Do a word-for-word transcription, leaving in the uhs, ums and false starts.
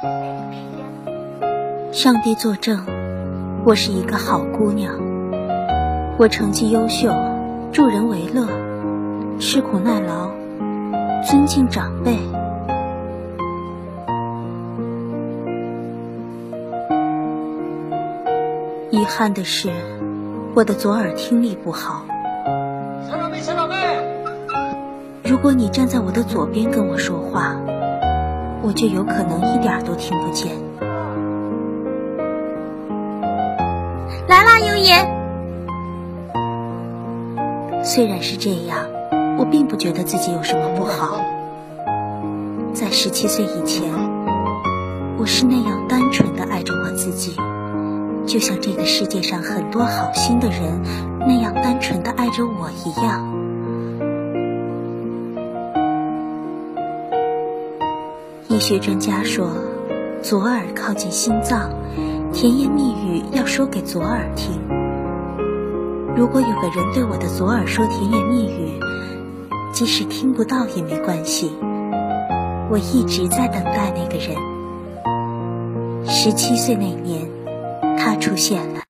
上帝作证，我是一个好姑娘，我成绩优秀，助人为乐，吃苦耐劳，尊敬长辈。遗憾的是，我的左耳听力不好。 小长辈，小长辈， 如果你站在我的左边跟我说话，我就有可能一点都听不见。 来啦，优爷！ 虽然是这样，我并不觉得自己有什么不好。在十七岁以前，我是那样单纯地爱着我自己，就像这个世界上很多好心的人那样单纯地爱着我一样。医学专家说，左耳靠近心脏，甜言蜜语要说给左耳听。如果有个人对我的左耳说甜言蜜语，即使听不到也没关系，我一直在等待那个人。十七岁那年，他出现了。